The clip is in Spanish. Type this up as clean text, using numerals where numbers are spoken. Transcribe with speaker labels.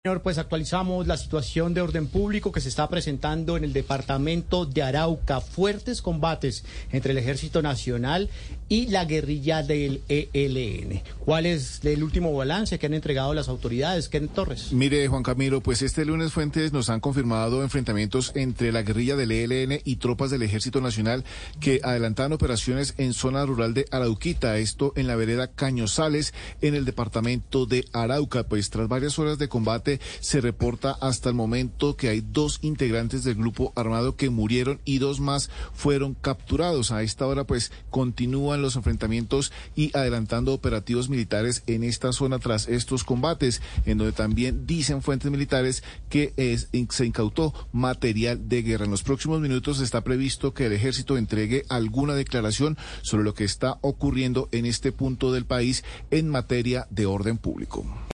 Speaker 1: Señor, pues actualizamos la situación de orden público que se está presentando en el departamento de Arauca. Fuertes combates entre el Ejército Nacional y la guerrilla del ELN. ¿Cuál es el último balance que han entregado las autoridades? Kenneth Torres.
Speaker 2: Mire, Juan Camilo, pues este lunes fuentes nos han confirmado enfrentamientos entre la guerrilla del ELN y tropas del Ejército Nacional que adelantaban operaciones en zona rural de Arauquita, esto en la vereda Cañosales, en el departamento de Arauca. Pues tras varias horas de combate, se reporta hasta el momento que hay 2 integrantes del grupo armado que murieron y 2 más fueron capturados. A esta hora pues continúan los enfrentamientos y adelantando operativos militares en esta zona tras estos combates, en donde también dicen fuentes militares que se incautó material de guerra. En los próximos minutos está previsto que el ejército entregue alguna declaración sobre lo que está ocurriendo en este punto del país en materia de orden público.